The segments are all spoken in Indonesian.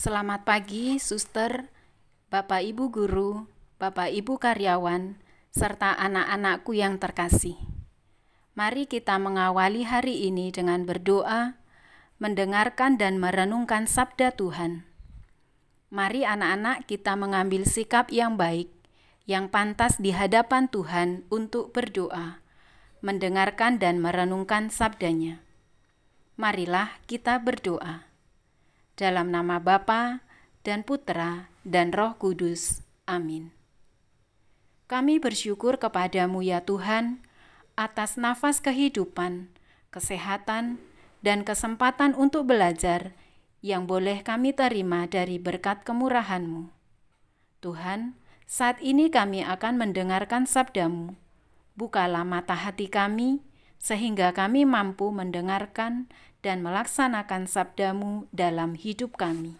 Selamat pagi, suster, Bapak Ibu guru, Bapak Ibu karyawan, serta anak-anakku yang terkasih. Mari kita mengawali hari ini dengan berdoa, mendengarkan dan merenungkan sabda Tuhan. Mari anak-anak kita mengambil sikap yang baik, yang pantas di hadapan Tuhan untuk berdoa, mendengarkan dan merenungkan sabdanya. Marilah kita berdoa. Dalam nama Bapa dan Putra dan Roh Kudus. Amin. Kami bersyukur kepadamu ya Tuhan, atas nafas kehidupan, kesehatan, dan kesempatan untuk belajar yang boleh kami terima dari berkat kemurahan-Mu. Tuhan, saat ini kami akan mendengarkan sabda-Mu. Bukalah mata hati kami, sehingga kami mampu mendengarkan dan melaksanakan sabda-Mu dalam hidup kami.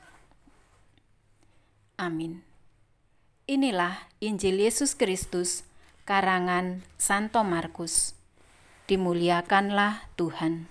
Amin. Inilah Injil Yesus Kristus, karangan Santo Markus. Dimuliakanlah Tuhan.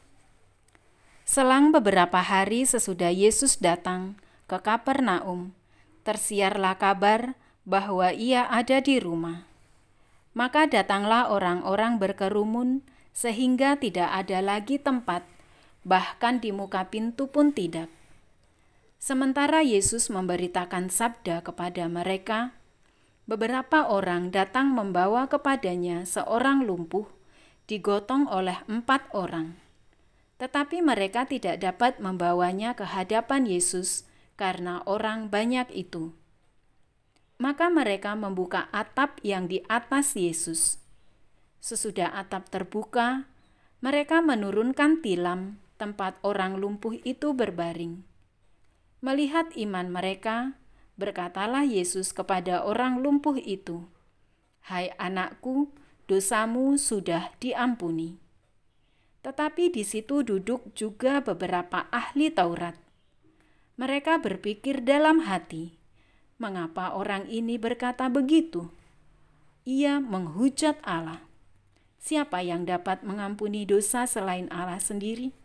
Selang beberapa hari sesudah Yesus datang ke Kapernaum, tersiarlah kabar bahwa Ia ada di rumah. Maka datanglah orang-orang berkerumun sehingga tidak ada lagi tempat, bahkan di muka pintu pun tidak. Sementara Yesus memberitakan sabda kepada mereka, beberapa orang datang membawa kepadanya seorang lumpuh, digotong oleh 4 orang. Tetapi mereka tidak dapat membawanya ke hadapan Yesus karena orang banyak itu. Maka mereka membuka atap yang di atas Yesus. Sesudah atap terbuka, mereka menurunkan tilam tempat orang lumpuh itu berbaring. Melihat iman mereka, berkatalah Yesus kepada orang lumpuh itu, "Hai anakku, dosamu sudah diampuni." Tetapi di situ duduk juga beberapa ahli Taurat. Mereka berpikir dalam hati, "Mengapa orang ini berkata begitu? Ia menghujat Allah. Siapa yang dapat mengampuni dosa selain Allah sendiri?"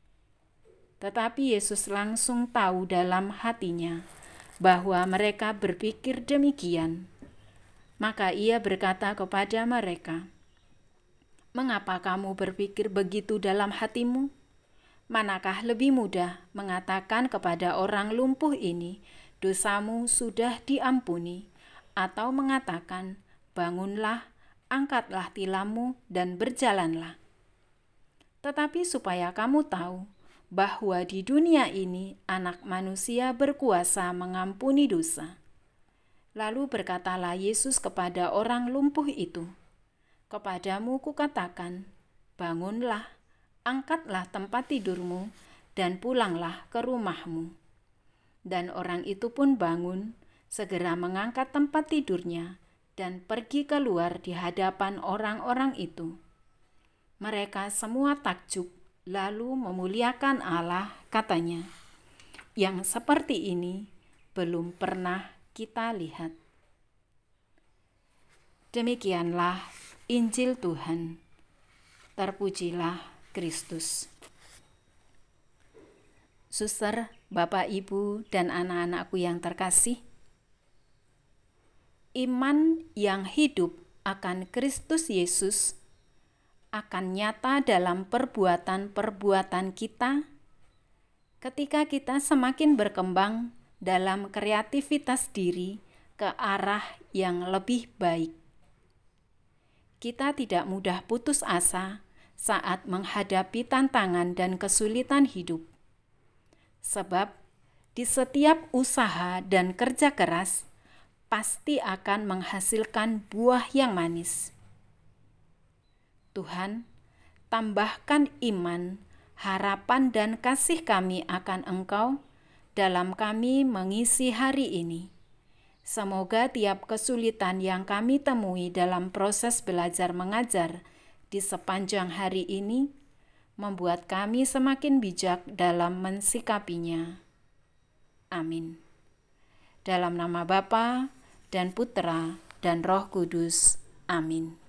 Tetapi Yesus langsung tahu dalam hatinya bahwa mereka berpikir demikian. Maka Ia berkata kepada mereka, "Mengapa kamu berpikir begitu dalam hatimu? Manakah lebih mudah mengatakan kepada orang lumpuh ini, 'Dosamu sudah diampuni,' atau mengatakan, 'Bangunlah, angkatlah tilammu dan berjalanlah'? Tetapi supaya kamu tahu bahwa di dunia ini Anak Manusia berkuasa mengampuni dosa." Lalu berkatalah Yesus kepada orang lumpuh itu, "Kepadamu kukatakan, bangunlah, angkatlah tempat tidurmu, dan pulanglah ke rumahmu." Dan orang itu pun bangun, segera mengangkat tempat tidurnya, dan pergi keluar di hadapan orang-orang itu. Mereka semua takjub, lalu memuliakan Allah, katanya, "Yang seperti ini belum pernah kita lihat." Demikianlah Injil Tuhan. Terpujilah Kristus. Suster, Bapak, Ibu, dan anak-anakku yang terkasih, iman yang hidup akan Kristus Yesus akan nyata dalam perbuatan-perbuatan kita ketika kita semakin berkembang dalam kreativitas diri ke arah yang lebih baik. Kita tidak mudah putus asa saat menghadapi tantangan dan kesulitan hidup. Sebab di setiap usaha dan kerja keras pasti akan menghasilkan buah yang manis. Tuhan, tambahkan iman, harapan, dan kasih kami akan Engkau dalam kami mengisi hari ini. Semoga tiap kesulitan yang kami temui dalam proses belajar mengajar di sepanjang hari ini membuat kami semakin bijak dalam mensikapinya. Amin. Dalam nama Bapa dan Putra dan Roh Kudus. Amin.